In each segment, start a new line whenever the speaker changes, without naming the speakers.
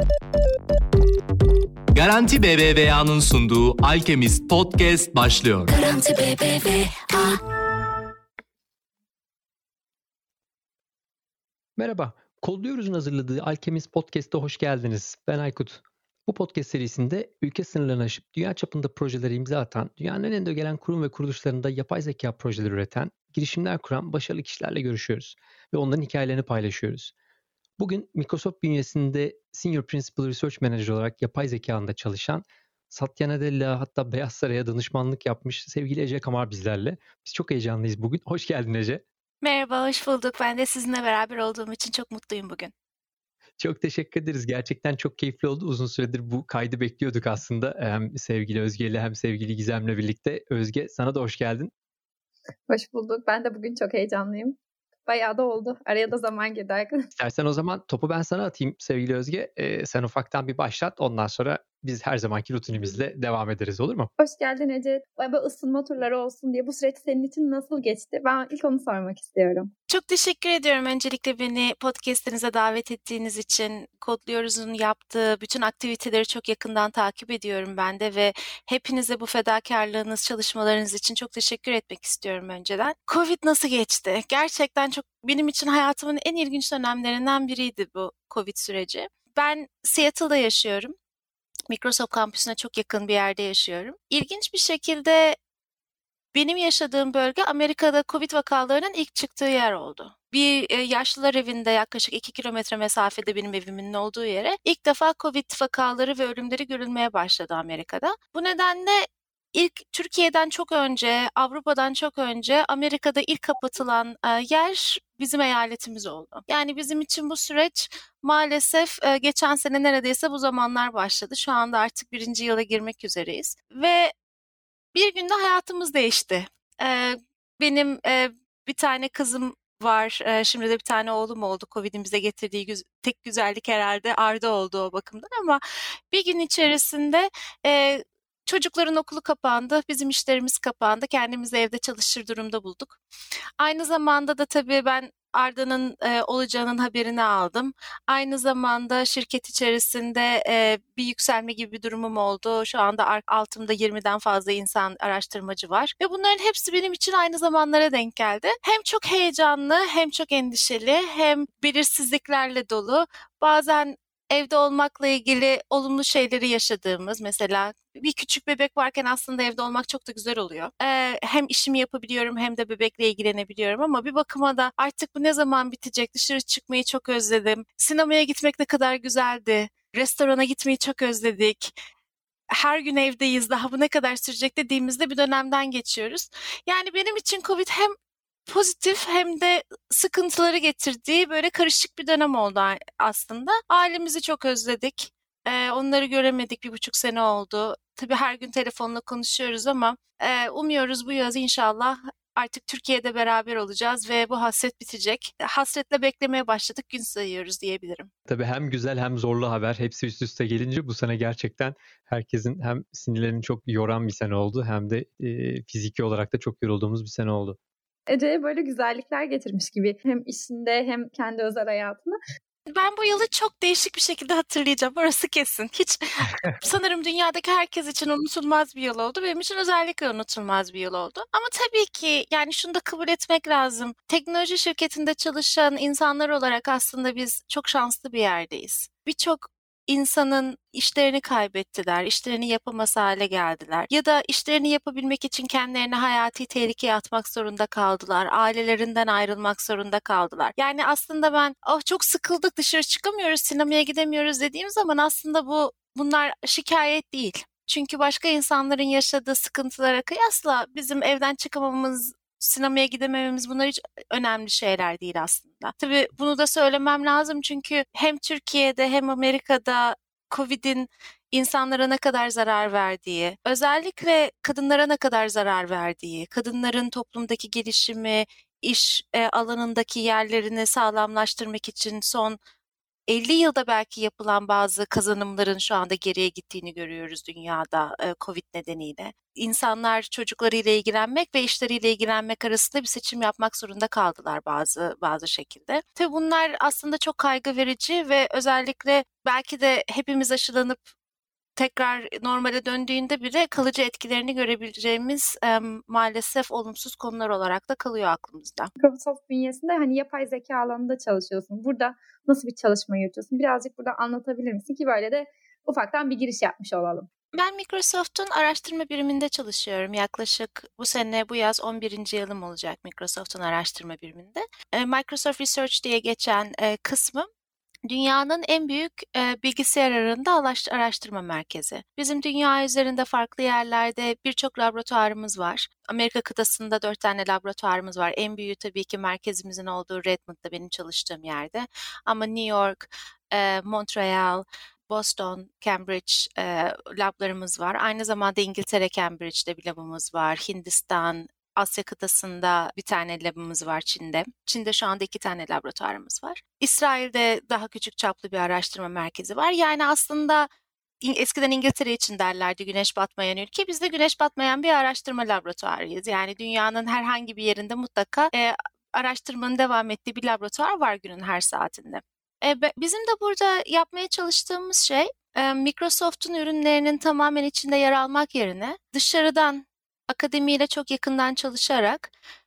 Garanti BBVA'nın sunduğu Alchemist Podcast başlıyor.
Garanti BBVA.
Merhaba, Kodluyoruz'un hazırladığı Alchemist Podcast'a hoş geldiniz. Ben Aykut. Bu podcast serisinde ülke sınırlarını aşıp dünya çapında projelere imza atan, dünyanın en önde gelen kurum ve kuruluşlarında yapay zeka projeleri üreten, girişimler kuran başarılı kişilerle görüşüyoruz ve onların hikayelerini paylaşıyoruz. Bugün Microsoft bünyesinde Senior Principal Research Manager olarak yapay zeka alanında çalışan, Satya Nadella hatta Beyaz Saray'a danışmanlık yapmış sevgili Ece Kamar bizlerle. Biz çok heyecanlıyız bugün. Hoş geldin Ece.
Merhaba, hoş bulduk. Ben de sizinle beraber olduğum için çok mutluyum bugün.
Çok teşekkür ederiz. Gerçekten çok keyifli oldu. Uzun süredir bu kaydı bekliyorduk aslında. Hem sevgili Özge ile hem sevgili Gizem'le birlikte. Özge, sana da hoş geldin.
Hoş bulduk. Ben de bugün çok heyecanlıyım. Bayağı da oldu. Araya da zaman girdi arkadaşlar.
İstersen o zaman topu ben sana atayım sevgili Özge. Sen ufaktan bir başlat. Ondan sonra biz her zamanki rutinimizle devam ederiz, olur mu?
Hoş geldin Ece. Böyle ısınma turları olsun diye bu süreç senin için nasıl geçti? Ben ilk onu sormak istiyorum.
Çok teşekkür ediyorum öncelikle beni podcast'inize davet ettiğiniz için. Kodluyoruz'un yaptığı bütün aktiviteleri çok yakından takip ediyorum ben de ve hepinize bu fedakarlığınız, çalışmalarınız için çok teşekkür etmek istiyorum önceden. Covid nasıl geçti? Gerçekten çok benim için hayatımın en ilginç dönemlerinden biriydi bu Covid süreci. Ben Seattle'da yaşıyorum. Microsoft kampüsüne çok yakın bir yerde yaşıyorum. İlginç bir şekilde benim yaşadığım bölge Amerika'da Covid vakalarının ilk çıktığı yer oldu. Bir yaşlılar evinde yaklaşık 2 kilometre mesafede benim evimin olduğu yere ilk defa Covid vakaları ve ölümleri görülmeye başladı Amerika'da. Bu nedenle ilk Türkiye'den çok önce, Avrupa'dan çok önce Amerika'da ilk kapatılan yer bizim eyaletimiz oldu. Yani bizim için bu süreç maalesef geçen sene neredeyse bu zamanlar başladı. Şu anda artık 1. yıla girmek üzereyiz ve bir günde hayatımız değişti. Benim bir tane kızım var. Şimdi de bir tane oğlum oldu. Covid'in bize getirdiği tek güzellik herhalde Arda oldu o bakımdan ama bir gün içerisinde çocukların okulu kapandı. Bizim işlerimiz kapandı. Kendimizi evde çalışır durumda bulduk. Aynı zamanda da tabii ben Arda'nın olacağının haberini aldım. Aynı zamanda şirket içerisinde bir yükselme gibi bir durumum oldu. Şu anda altımda 20'den fazla insan araştırmacı var. Ve bunların hepsi benim için aynı zamanlara denk geldi. Hem çok heyecanlı, hem çok endişeli, hem belirsizliklerle dolu. Bazen evde olmakla ilgili olumlu şeyleri yaşadığımız, mesela bir küçük bebek varken aslında evde olmak çok da güzel oluyor. Hem işimi yapabiliyorum hem de bebekle ilgilenebiliyorum ama bir bakıma da artık bu ne zaman bitecek? Dışarı çıkmayı çok özledim. Sinemaya gitmek ne kadar güzeldi. Restorana gitmeyi çok özledik. Her gün evdeyiz, daha bu ne kadar sürecek dediğimizde bir dönemden geçiyoruz. Yani benim için Covid hem pozitif hem de sıkıntıları getirdiği böyle karışık bir dönem oldu aslında. Ailemizi çok özledik. Onları göremedik, 1,5 sene oldu. Tabii her gün telefonla konuşuyoruz ama umuyoruz bu yaz inşallah artık Türkiye'de beraber olacağız ve bu hasret bitecek. Hasretle beklemeye başladık, gün sayıyoruz diyebilirim.
Tabii hem güzel hem zorlu haber hepsi üst üste gelince bu sene gerçekten herkesin hem sinirlerini çok yoran bir sene oldu hem de fiziki olarak da çok yorulduğumuz bir sene oldu.
Ece'ye böyle güzellikler getirmiş gibi hem işinde hem kendi özel hayatında.
Ben bu yılı çok değişik bir şekilde hatırlayacağım. Orası kesin. Hiç sanırım dünyadaki herkes için unutulmaz bir yıl oldu. Benim için özellikle unutulmaz bir yıl oldu. Ama tabii ki yani şunu da kabul etmek lazım. Teknoloji şirketinde çalışan insanlar olarak aslında biz çok şanslı bir yerdeyiz. Birçok insanın işlerini kaybettiler, işlerini yapamaz hale geldiler ya da işlerini yapabilmek için kendilerini hayati tehlikeye atmak zorunda kaldılar, ailelerinden ayrılmak zorunda kaldılar. Yani aslında ben çok sıkıldık, dışarı çıkamıyoruz, sinemaya gidemiyoruz dediğim zaman aslında bunlar şikayet değil. Çünkü başka insanların yaşadığı sıkıntılara kıyasla bizim evden çıkamamamız, sinemaya gidemememiz bunlar hiç önemli şeyler değil aslında. Tabii bunu da söylemem lazım çünkü hem Türkiye'de hem Amerika'da Covid'in insanlara ne kadar zarar verdiği, özellikle kadınlara ne kadar zarar verdiği, kadınların toplumdaki gelişimi, iş alanındaki yerlerini sağlamlaştırmak için son 50 yılda belki yapılan bazı kazanımların şu anda geriye gittiğini görüyoruz dünyada Covid nedeniyle. İnsanlar çocuklarıyla ilgilenmek ve işleriyle ilgilenmek arasında bir seçim yapmak zorunda kaldılar bazı şekilde. Tabii bunlar aslında çok kaygı verici ve özellikle belki de hepimiz aşılanıp tekrar normale döndüğünde bile kalıcı etkilerini görebileceğimiz maalesef olumsuz konular olarak da kalıyor aklımızda.
Microsoft bünyesinde hani yapay zeka alanında çalışıyorsun. Burada nasıl bir çalışma yürütüyorsun? Birazcık burada anlatabilir misin ki böyle de ufaktan bir giriş yapmış olalım.
Ben Microsoft'un araştırma biriminde çalışıyorum. Yaklaşık bu yaz 11. yılım olacak Microsoft'un araştırma biriminde. Microsoft Research diye geçen kısmı dünyanın en büyük bilgisayar ağında araştırma merkezi. Bizim dünya üzerinde farklı yerlerde birçok laboratuvarımız var. Amerika kıtasında 4 tane laboratuvarımız var. En büyüğü tabii ki merkezimizin olduğu Redmond'da benim çalıştığım yerde. Ama New York, Montreal, Boston, Cambridge lablarımız var. Aynı zamanda İngiltere, Cambridge'de bir labımız var. Hindistan, Asya kıtasında bir tane labımız var Çin'de. Çin'de şu anda 2 tane laboratuvarımız var. İsrail'de daha küçük çaplı bir araştırma merkezi var. Yani aslında eskiden İngiltere için derlerdi güneş batmayan ülke. Biz de güneş batmayan bir araştırma laboratuvarıyız. Yani dünyanın herhangi bir yerinde mutlaka araştırmanın devam ettiği bir laboratuvar var günün her saatinde. Bizim de burada yapmaya çalıştığımız şey Microsoft'un ürünlerinin tamamen içinde yer almak yerine dışarıdan akademiyle çok yakından çalışarak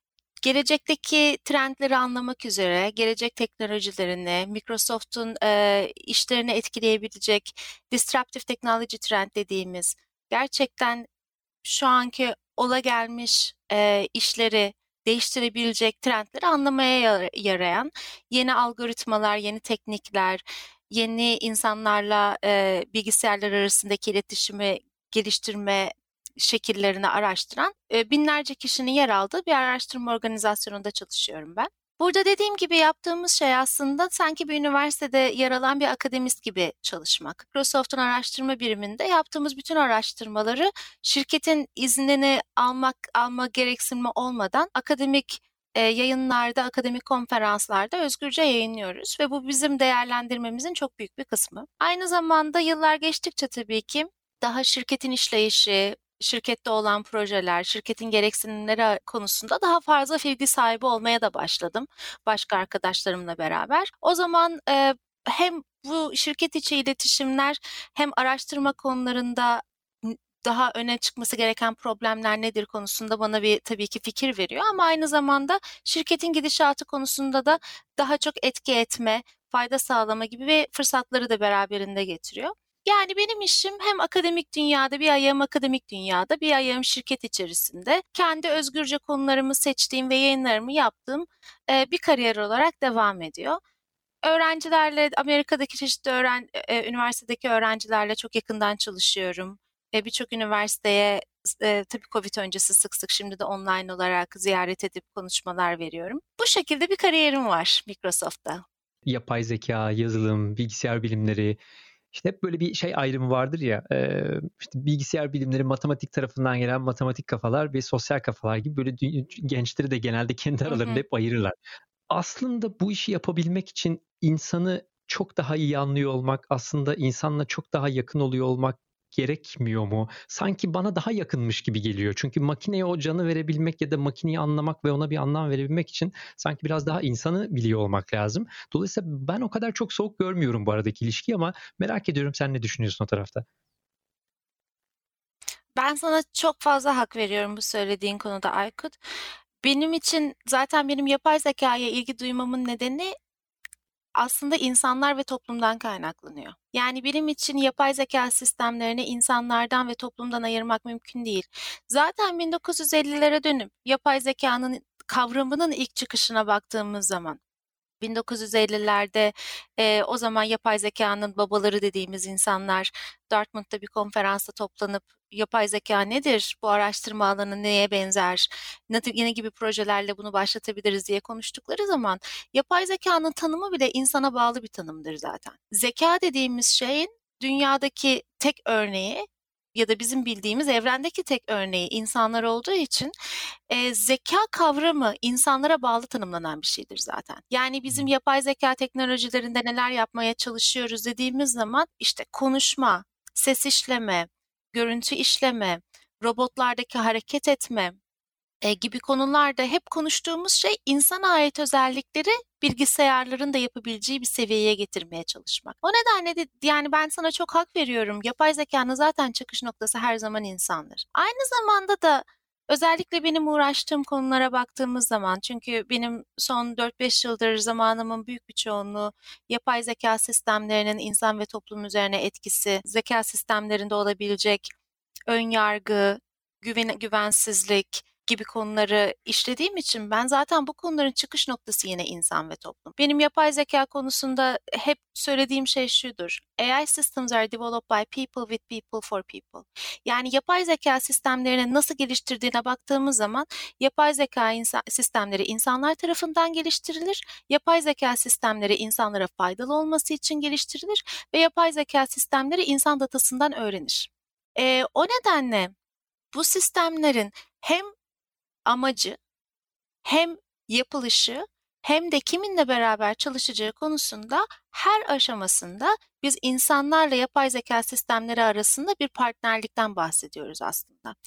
gelecekteki trendleri anlamak üzere, gelecek teknolojilerini, Microsoft'un işlerini etkileyebilecek disruptive technology trend dediğimiz gerçekten şu anki ola gelmiş işleri değiştirebilecek trendleri anlamaya yarayan yeni algoritmalar, yeni teknikler, yeni insanlarla bilgisayarlar arasındaki iletişimi geliştirme şekillerini araştıran binlerce kişinin yer aldığı bir araştırma organizasyonunda çalışıyorum ben. Burada dediğim gibi yaptığımız şey aslında sanki bir üniversitede yer alan bir akademist gibi çalışmak. Microsoft'un araştırma biriminde yaptığımız bütün araştırmaları şirketin iznini alma gereksinimi olmadan akademik yayınlarda, akademik konferanslarda özgürce yayınlıyoruz ve bu bizim değerlendirmemizin çok büyük bir kısmı. Aynı zamanda yıllar geçtikçe tabii ki daha şirketin işleyişi, şirkette olan projeler, şirketin gereksinimleri konusunda daha fazla bilgi sahibi olmaya da başladım başka arkadaşlarımla beraber. O zaman hem bu şirket içi iletişimler hem araştırma konularında daha öne çıkması gereken problemler nedir konusunda bana tabii ki fikir veriyor ama aynı zamanda şirketin gidişatı konusunda da daha çok etki etme, fayda sağlama gibi fırsatları da beraberinde getiriyor. Yani benim işim hem akademik dünyada, bir ayağım akademik dünyada, bir ayağım şirket içerisinde. Kendi özgürce konularımı seçtiğim ve yayınlarımı yaptığım bir kariyer olarak devam ediyor. Öğrencilerle, Amerika'daki çeşitli üniversitedeki öğrencilerle çok yakından çalışıyorum. Birçok üniversiteye tabii Covid öncesi sık sık şimdi de online olarak ziyaret edip konuşmalar veriyorum. Bu şekilde bir kariyerim var Microsoft'ta.
Yapay zeka, yazılım, bilgisayar bilimleri, İşte hep böyle bir şey ayrımı vardır ya, işte bilgisayar bilimleri matematik tarafından gelen matematik kafalar ve sosyal kafalar gibi böyle gençleri de genelde kendi aralarında hep ayırırlar. Aslında bu işi yapabilmek için insanı çok daha iyi anlıyor olmak, aslında insanla çok daha yakın oluyor olmak gerekmiyor mu? Sanki bana daha yakınmış gibi geliyor. Çünkü makineye o canı verebilmek ya da makineyi anlamak ve ona bir anlam verebilmek için sanki biraz daha insanı biliyor olmak lazım. Dolayısıyla ben o kadar çok soğuk görmüyorum bu aradaki ilişkiyi ama merak ediyorum sen ne düşünüyorsun o tarafta?
Ben sana çok fazla hak veriyorum bu söylediğin konuda Aykut. Benim için zaten benim yapay zekaya ilgi duymamın nedeni aslında insanlar ve toplumdan kaynaklanıyor. Yani benim için yapay zeka sistemlerini insanlardan ve toplumdan ayırmak mümkün değil. Zaten 1950'lere dönüp yapay zekanın kavramının ilk çıkışına baktığımız zaman 1950'lerde o zaman yapay zekanın babaları dediğimiz insanlar Dartmouth'ta bir konferansta toplanıp yapay zeka nedir, bu araştırma alanı neye benzer, yeni gibi projelerle bunu başlatabiliriz diye konuştukları zaman yapay zekanın tanımı bile insana bağlı bir tanımdır zaten. Zeka dediğimiz şeyin dünyadaki tek örneği ya da bizim bildiğimiz evrendeki tek örneği insanlar olduğu için zeka kavramı insanlara bağlı tanımlanan bir şeydir zaten. Yani bizim yapay zeka teknolojilerinde neler yapmaya çalışıyoruz dediğimiz zaman işte konuşma, ses işleme, görüntü işleme, robotlardaki hareket etme gibi konularda hep konuştuğumuz şey insana ait özellikleri bilgisayarların da yapabileceği bir seviyeye getirmeye çalışmak. O nedenle de yani ben sana çok hak veriyorum. Yapay zekanın zaten çıkış noktası her zaman insandır. Aynı zamanda da özellikle benim uğraştığım konulara baktığımız zaman, çünkü benim son 4-5 yıldır zamanımın büyük bir çoğunluğu yapay zeka sistemlerinin insan ve toplum üzerine etkisi, zeka sistemlerinde olabilecek ön yargı, güvensizlik gibi konuları işlediğim için ben zaten bu konuların çıkış noktası yine insan ve toplum. Benim yapay zeka konusunda hep söylediğim şey şudur. AI systems are developed by people with people for people. Yani yapay zeka sistemlerini nasıl geliştirdiğine baktığımız zaman yapay zeka sistemleri insanlar tarafından geliştirilir. Yapay zeka sistemleri insanlara faydalı olması için geliştirilir ve yapay zeka sistemleri insan datasından öğrenir. O nedenle bu sistemlerin hem amacı, hem yapılışı, hem de kiminle beraber çalışacağı konusunda her aşamasında biz insanlarla yapay zeka sistemleri arasında bir partnerlikten bahsediyoruz aslında.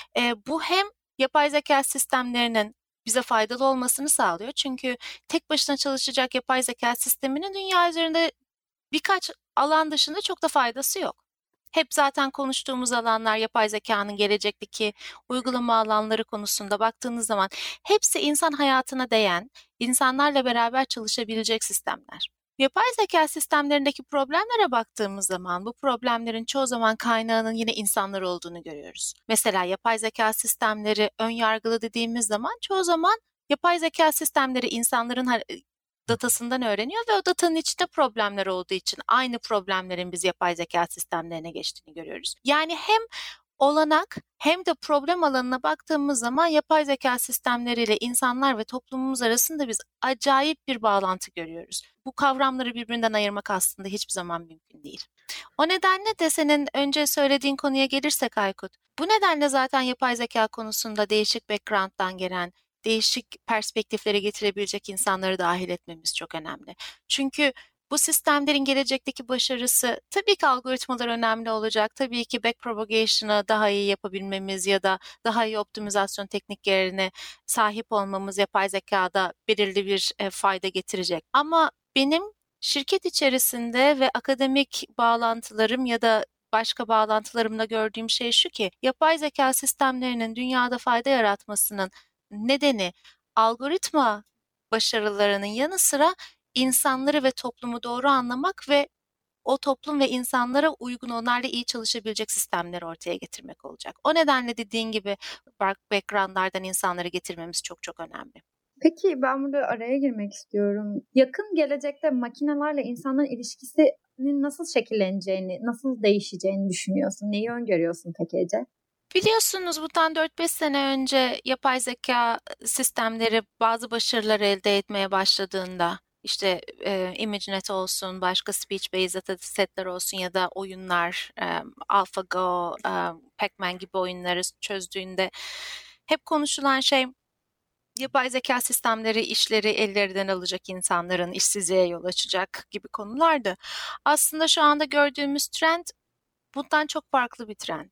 Bu hem yapay zeka sistemlerinin bize faydalı olmasını sağlıyor. Çünkü tek başına çalışacak yapay zeka sisteminin dünya üzerinde birkaç alan dışında çok da faydası yok. Hep zaten konuştuğumuz alanlar yapay zekanın gelecekteki uygulama alanları konusunda baktığınız zaman hepsi insan hayatına değen, insanlarla beraber çalışabilecek sistemler. Yapay zeka sistemlerindeki problemlere baktığımız zaman bu problemlerin çoğu zaman kaynağının yine insanlar olduğunu görüyoruz. Mesela yapay zeka sistemleri ön yargılı dediğimiz zaman çoğu zaman yapay zeka sistemleri insanların datasından öğreniyor ve o datanın içinde problemler olduğu için aynı problemlerin biz yapay zeka sistemlerine geçtiğini görüyoruz. Yani hem olanak hem de problem alanına baktığımız zaman yapay zeka sistemleriyle insanlar ve toplumumuz arasında biz acayip bir bağlantı görüyoruz. Bu kavramları birbirinden ayırmak aslında hiçbir zaman mümkün değil. O nedenle de senin önce söylediğin konuya gelirsek Aykut, bu nedenle zaten yapay zeka konusunda değişik background'dan gelen, değişik perspektiflere getirebilecek insanları dahil etmemiz çok önemli. Çünkü bu sistemlerin gelecekteki başarısı tabii ki algoritmalar önemli olacak. Tabii ki backpropagation'ı daha iyi yapabilmemiz ya da daha iyi optimizasyon tekniklerine sahip olmamız yapay zekada belirli bir fayda getirecek. Ama benim şirket içerisinde ve akademik bağlantılarım ya da başka bağlantılarımda gördüğüm şey şu ki yapay zeka sistemlerinin dünyada fayda yaratmasının nedeni algoritma başarılarının yanı sıra insanları ve toplumu doğru anlamak ve o toplum ve insanlara uygun, onlarla iyi çalışabilecek sistemleri ortaya getirmek olacak. O nedenle dediğin gibi backgroundlardan insanları getirmemiz çok çok önemli.
Peki ben burada araya girmek istiyorum. Yakın gelecekte makinelerle insanların ilişkisinin nasıl şekilleneceğini, nasıl değişeceğini düşünüyorsun? Neyi öngörüyorsun peki Ece?
Biliyorsunuz bundan 4-5 sene önce yapay zeka sistemleri bazı başarılar elde etmeye başladığında işte ImageNet olsun, başka speech-based datasetler olsun ya da oyunlar, AlphaGo, Pac-Man gibi oyunları çözdüğünde hep konuşulan şey yapay zeka sistemleri işleri ellerinden alacak, insanların işsizliğe yol açacak gibi konulardı. Aslında şu anda gördüğümüz trend bundan çok farklı bir trend.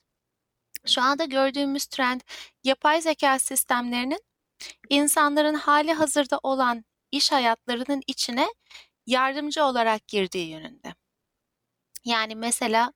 Şu anda gördüğümüz trend yapay zeka sistemlerinin insanların hali hazırda olan iş hayatlarının içine yardımcı olarak girdiği yönünde. Yani mesela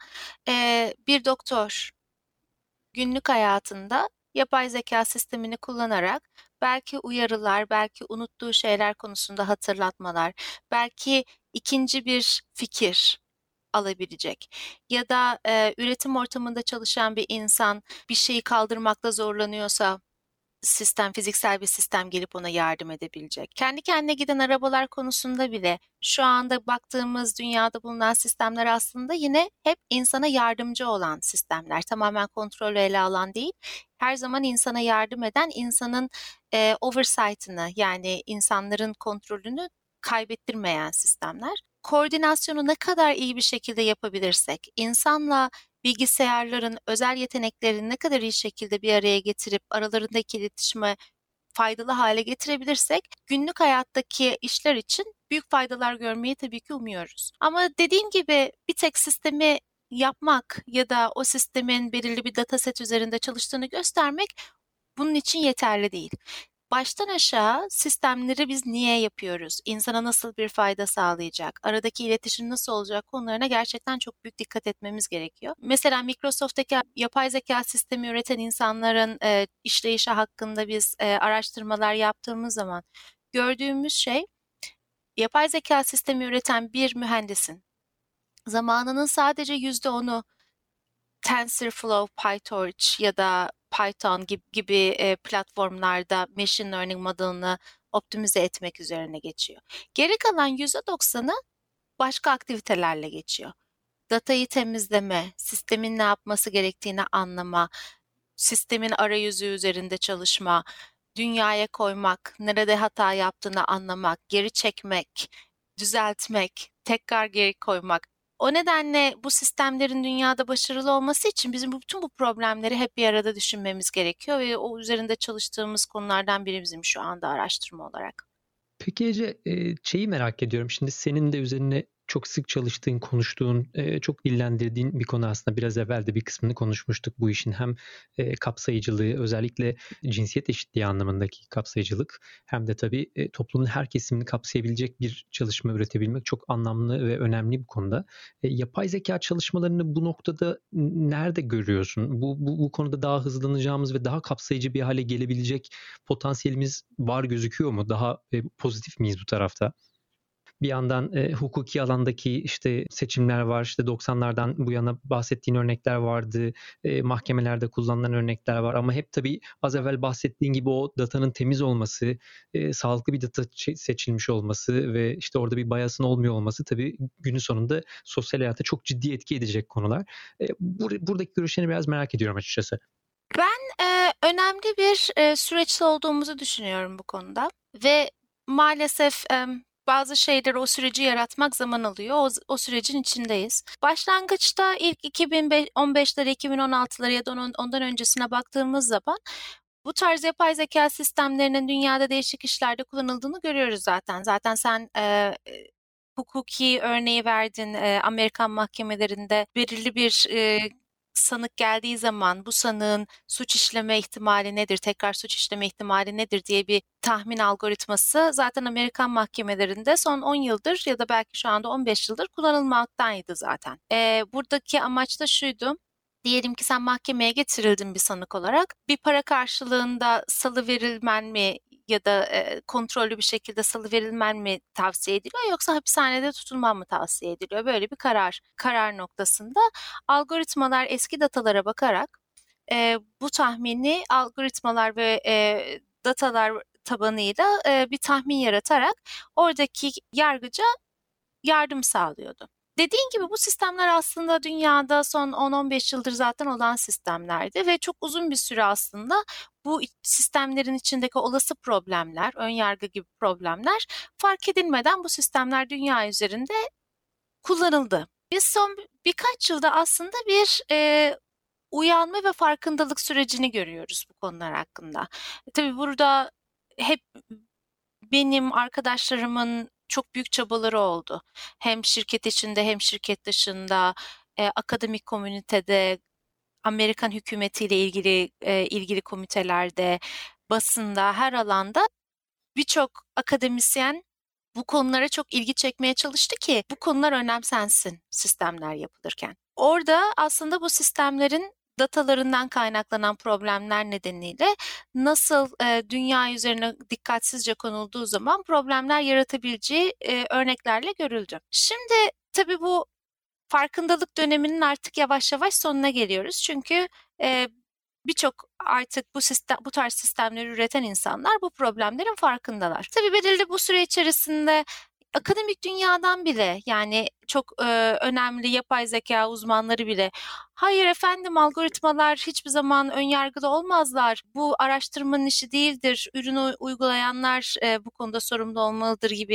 bir doktor günlük hayatında yapay zeka sistemini kullanarak belki uyarılar, belki unuttuğu şeyler konusunda hatırlatmalar, belki ikinci bir fikir alabilecek. Ya da üretim ortamında çalışan bir insan bir şeyi kaldırmakta zorlanıyorsa fiziksel bir sistem gelip ona yardım edebilecek. Kendi kendine giden arabalar konusunda bile şu anda baktığımız dünyada bulunan sistemler aslında yine hep insana yardımcı olan sistemler. Tamamen kontrolü ele alan değil, her zaman insana yardım eden, insanın oversight'ını yani insanların kontrolünü kaybettirmeyen sistemler. Koordinasyonu ne kadar iyi bir şekilde yapabilirsek, insanla bilgisayarların özel yeteneklerini ne kadar iyi şekilde bir araya getirip aralarındaki iletişime faydalı hale getirebilirsek günlük hayattaki işler için büyük faydalar görmeyi tabii ki umuyoruz. Ama dediğim gibi bir tek sistemi yapmak ya da o sistemin belirli bir dataset üzerinde çalıştığını göstermek bunun için yeterli değil. Baştan aşağı sistemleri biz niye yapıyoruz? İnsana nasıl bir fayda sağlayacak? Aradaki iletişim nasıl olacak? Konularına gerçekten çok büyük dikkat etmemiz gerekiyor. Mesela Microsoft'taki yapay zeka sistemi üreten insanların işleyişi hakkında biz araştırmalar yaptığımız zaman gördüğümüz şey, yapay zeka sistemi üreten bir mühendisin zamanının sadece %10'u TensorFlow, PyTorch ya da Python gibi platformlarda machine learning modelini optimize etmek üzerine geçiyor. Geri kalan %90'ı başka aktivitelerle geçiyor. Datayı temizleme, sistemin ne yapması gerektiğini anlama, sistemin arayüzü üzerinde çalışma, dünyaya koymak, nerede hata yaptığını anlamak, geri çekmek, düzeltmek, tekrar geri koymak. O nedenle bu sistemlerin dünyada başarılı olması için bizim bütün bu problemleri hep bir arada düşünmemiz gerekiyor ve o üzerinde çalıştığımız konulardan biri bizim şu anda araştırma olarak.
Peki Ece, şeyi merak ediyorum. Şimdi senin de üzerine çok sık çalıştığın, konuştuğun, çok dillendirdiğin bir konu aslında. Biraz evvel de bir kısmını konuşmuştuk bu işin. Hem kapsayıcılığı, özellikle cinsiyet eşitliği anlamındaki kapsayıcılık, hem de tabii toplumun her kesimini kapsayabilecek bir çalışma üretebilmek çok anlamlı ve önemli bu konuda. Yapay zeka çalışmalarını bu noktada nerede görüyorsun? Bu konuda daha hızlanacağımız ve daha kapsayıcı bir hale gelebilecek potansiyelimiz var gözüküyor mu? Daha pozitif miyiz bu tarafta? Bir yandan hukuki alandaki işte seçimler var. İşte 90'lardan bu yana bahsettiğin örnekler vardı. Mahkemelerde kullanılan örnekler var. Ama hep tabii az evvel bahsettiğin gibi o datanın temiz olması, sağlıklı bir data seçilmiş olması ve işte orada bir bias'ın olmuyor olması tabii günün sonunda sosyal hayata çok ciddi etki edecek konular. Buradaki görüşlerini biraz merak ediyorum açıkçası.
Ben önemli bir süreçte olduğumuzu düşünüyorum bu konuda ve maalesef bazı şeyleri, o süreci yaratmak zaman alıyor. O sürecin içindeyiz. Başlangıçta ilk 2015'lere, 2016'lara ya da ondan öncesine baktığımız zaman bu tarz yapay zeka sistemlerinin dünyada değişik işlerde kullanıldığını görüyoruz zaten. Zaten sen hukuki örneği verdin. Amerikan mahkemelerinde belirli bir sanık geldiği zaman bu sanığın suç işleme ihtimali nedir, tekrar suç işleme ihtimali nedir diye bir tahmin algoritması zaten Amerikan mahkemelerinde son 10 yıldır ya da belki şu anda 15 yıldır kullanılmaktaydı zaten. Buradaki amaç da şuydu. Diyelim ki sen mahkemeye getirildin bir sanık olarak. Bir para karşılığında salıverilmen mi ya da kontrollü bir şekilde salıverilmen mi tavsiye ediliyor, yoksa hapishanede tutulman mı tavsiye ediliyor? Böyle bir karar noktasında algoritmalar eski datalara bakarak bu tahmini algoritmalar ve datalar tabanıyla bir tahmin yaratarak oradaki yargıca yardım sağlıyordu. Dediğin gibi bu sistemler aslında dünyada son 10-15 yıldır zaten olan sistemlerdi ve çok uzun bir süre aslında bu sistemlerin içindeki olası problemler, önyargı gibi problemler fark edilmeden bu sistemler dünya üzerinde kullanıldı. Biz son birkaç yılda aslında bir uyanma ve farkındalık sürecini görüyoruz bu konular hakkında. Tabii burada hep benim, arkadaşlarımın çok büyük çabaları oldu. Hem şirket içinde hem şirket dışında, akademik komünitede, Amerikan hükümetiyle ilgili komitelerde, basında, her alanda birçok akademisyen bu konulara çok ilgi çekmeye çalıştı ki bu konular önemsensin sistemler yapılırken. Orada aslında bu sistemlerin datalarından kaynaklanan problemler nedeniyle nasıl dünya üzerine dikkatsizce konulduğu zaman problemler yaratabileceği örneklerle görüldü. Şimdi tabii bu farkındalık döneminin artık yavaş yavaş sonuna geliyoruz. Çünkü birçok artık bu tarz sistemleri üreten insanlar bu problemlerin farkındalar. Tabii belirli bu süre içerisinde akademik dünyadan bile, yani çok önemli yapay zeka uzmanları bile, hayır efendim, algoritmalar hiçbir zaman önyargılı olmazlar, bu araştırmanın işi değildir, ürünü uygulayanlar bu konuda sorumlu olmalıdır gibi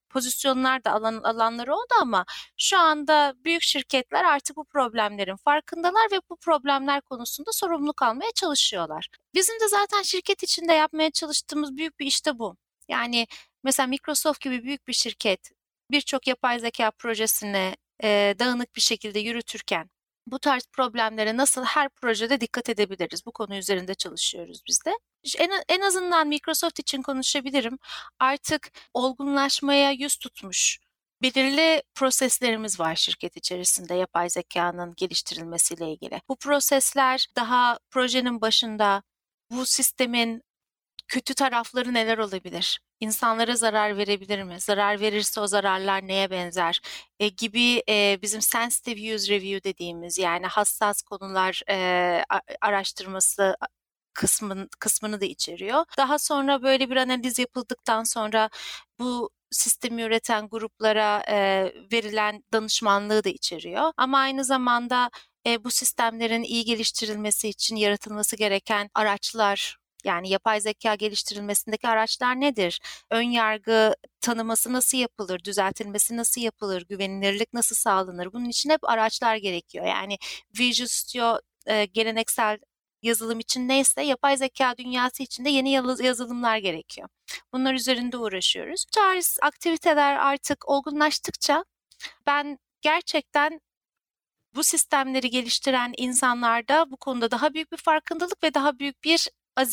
pozisyonlar da alanları oldu ama şu anda büyük şirketler artık bu problemlerin farkındalar ve bu problemler konusunda sorumluluk almaya çalışıyorlar. Bizim de zaten şirket içinde yapmaya çalıştığımız büyük bir iş de bu. Yani mesela Microsoft gibi büyük bir şirket birçok yapay zeka projesini dağınık bir şekilde yürütürken bu tarz problemlere nasıl her projede dikkat edebiliriz? Bu konu üzerinde çalışıyoruz biz de. En azından Microsoft için konuşabilirim. Artık olgunlaşmaya yüz tutmuş belirli proseslerimiz var şirket içerisinde yapay zekanın geliştirilmesiyle ilgili. Bu prosesler daha projenin başında bu sistemin kötü tarafları neler olabilir? İnsanlara zarar verebilir mi? Zarar verirse o zararlar neye benzer? Gibi bizim sensitive use review dediğimiz yani hassas konular araştırması kısmını da içeriyor. Daha sonra böyle bir analiz yapıldıktan sonra bu sistemi üreten gruplara verilen danışmanlığı da içeriyor. Ama aynı zamanda bu sistemlerin iyi geliştirilmesi için yaratılması gereken araçlar, yani yapay zeka geliştirilmesindeki araçlar nedir? Ön yargı tanıması nasıl yapılır? Düzeltilmesi nasıl yapılır? Güvenilirlik nasıl sağlanır? Bunun için hep araçlar gerekiyor. Yani Visual Studio geleneksel yazılım için neyse yapay zeka dünyası için de yeni yazılımlar gerekiyor. Bunlar üzerinde uğraşıyoruz. Bu tarz aktiviteler artık olgunlaştıkça ben gerçekten bu sistemleri geliştiren insanlarda bu konuda daha büyük bir farkındalık ve daha büyük bir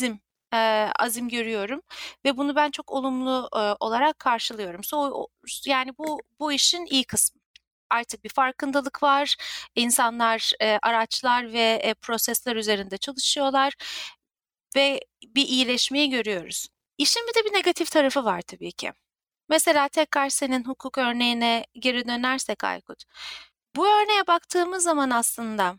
azim görüyorum ve bunu ben çok olumlu olarak karşılıyorum. Yani bu işin iyi kısmı. Artık bir farkındalık var. İnsanlar araçlar ve prosesler üzerinde çalışıyorlar ve bir iyileşmeyi görüyoruz. İşin bir de bir negatif tarafı var tabii ki. Mesela tekrar senin hukuk örneğine geri dönersek Aykut. Bu örneğe baktığımız zaman aslında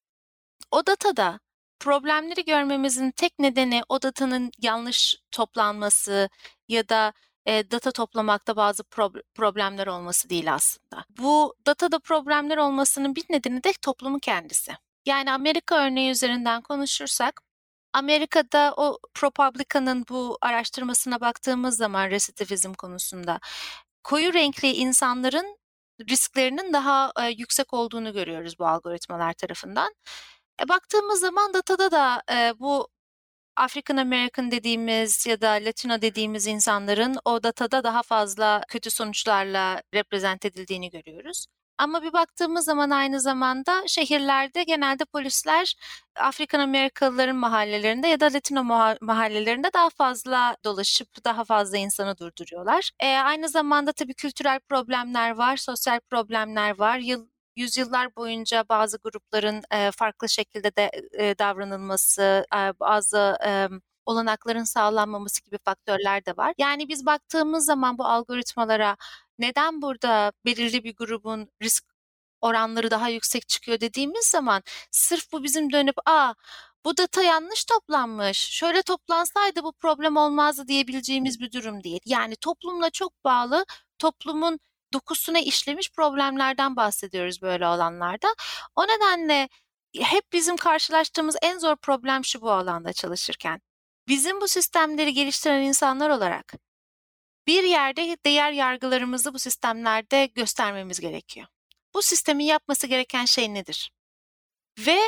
o datada problemleri görmemizin tek nedeni o datanın yanlış toplanması ya da data toplamakta bazı problemler olması değil aslında. Bu datada problemler olmasının bir nedeni de toplumun kendisi. Yani Amerika örneği üzerinden konuşursak, Amerika'da o ProPublica'nın bu araştırmasına baktığımız zaman residivizm konusunda koyu renkli insanların risklerinin daha yüksek olduğunu görüyoruz bu algoritmalar tarafından. Baktığımız zaman datada da bu African American dediğimiz ya da Latino dediğimiz insanların o datada daha fazla kötü sonuçlarla reprezent edildiğini görüyoruz. Ama bir baktığımız zaman aynı zamanda şehirlerde genelde polisler Afrikan Amerikalıların mahallelerinde ya da Latino mahallelerinde daha fazla dolaşıp daha fazla insanı durduruyorlar. Aynı zamanda tabii kültürel problemler var, sosyal problemler var. Yüzyıllar boyunca bazı grupların farklı şekilde de davranılması, bazı olanakların sağlanmaması gibi faktörler de var. Yani biz baktığımız zaman bu algoritmalara neden burada belirli bir grubun risk oranları daha yüksek çıkıyor dediğimiz zaman sırf bu bizim dönüp bu data yanlış toplanmış, şöyle toplansaydı bu problem olmazdı diyebileceğimiz bir durum değil. Yani toplumla çok bağlı, toplumun dokusuna işlemiş problemlerden bahsediyoruz böyle olanlarda. O nedenle hep bizim karşılaştığımız en zor problem şu bu alanda çalışırken. Bizim bu sistemleri geliştiren insanlar olarak bir yerde değer yargılarımızı bu sistemlerde göstermemiz gerekiyor. Bu sistemin yapması gereken şey nedir? Ve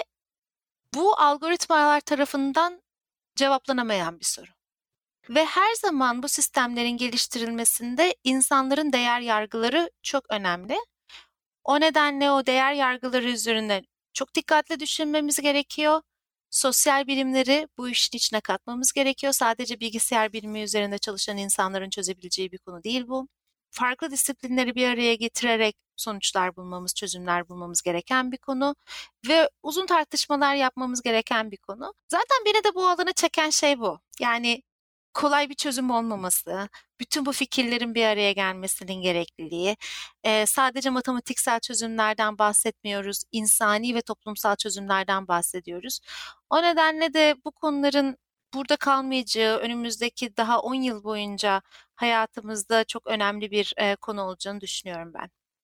bu algoritmalar tarafından cevaplanamayan bir soru. Ve her zaman bu sistemlerin geliştirilmesinde insanların değer yargıları çok önemli. O nedenle o değer yargıları üzerine çok dikkatli düşünmemiz gerekiyor. Sosyal bilimleri bu işin içine katmamız gerekiyor. Sadece bilgisayar bilimi üzerinde çalışan insanların çözebileceği bir konu değil bu. Farklı disiplinleri bir araya getirerek sonuçlar bulmamız, çözümler bulmamız gereken bir konu ve uzun tartışmalar yapmamız gereken bir konu. Zaten beni de bu alana çeken şey bu. Yani kolay bir çözüm olmaması, bütün bu fikirlerin bir araya gelmesinin gerekliliği, sadece matematiksel çözümlerden bahsetmiyoruz, insani ve toplumsal çözümlerden bahsediyoruz. O nedenle de bu konuların burada kalmayacağı, önümüzdeki daha 10 yıl boyunca hayatımızda çok önemli bir konu olacağını düşünüyorum ben.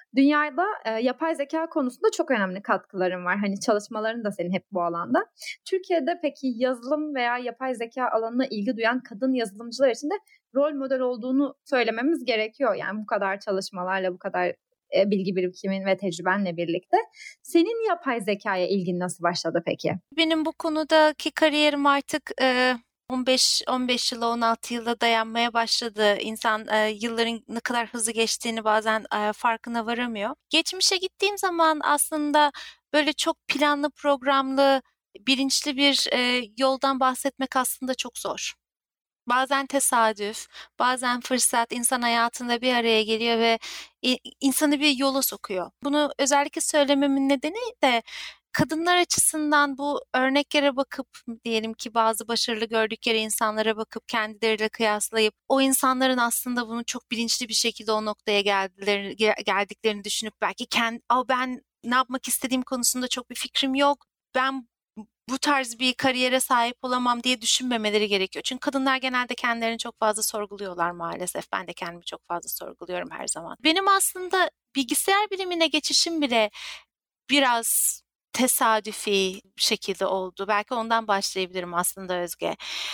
dünyada yapay zeka konusunda çok önemli katkıların var. Hani çalışmaların da senin hep bu alanda. Türkiye'de peki yazılım veya yapay zeka alanına ilgi duyan kadın yazılımcılar için de rol model olduğunu söylememiz gerekiyor. Yani bu kadar çalışmalarla, bu kadar bilgi birikimin ve tecrübenle birlikte. Senin yapay zekaya ilgin nasıl başladı peki?
Benim bu konudaki kariyerim artık 15 yıla 16 yıla dayanmaya başladı. İnsan yılların ne kadar hızlı geçtiğini bazen farkına varamıyor. Geçmişe gittiğim zaman aslında böyle çok planlı, programlı, bilinçli bir yoldan bahsetmek aslında çok zor. Bazen tesadüf, bazen fırsat insan hayatında bir araya geliyor ve insanı bir yola sokuyor. Bunu özellikle söylememin nedeni de kadınlar açısından bu örneklere bakıp diyelim ki bazı başarılı gördükleri insanlara bakıp kendileriyle kıyaslayıp o insanların aslında bunu çok bilinçli bir şekilde o noktaya geldiklerini düşünüp belki ben ne yapmak istediğim konusunda çok bir fikrim yok. Ben bu tarz bir kariyere sahip olamam diye düşünmemeleri gerekiyor. Çünkü kadınlar genelde kendilerini çok fazla sorguluyorlar maalesef. Ben de kendimi çok fazla sorguluyorum her zaman. Benim aslında bilgisayar bilimine geçişim bile biraz tesadüfi şekilde oldu. Belki ondan başlayabilirim aslında Özge.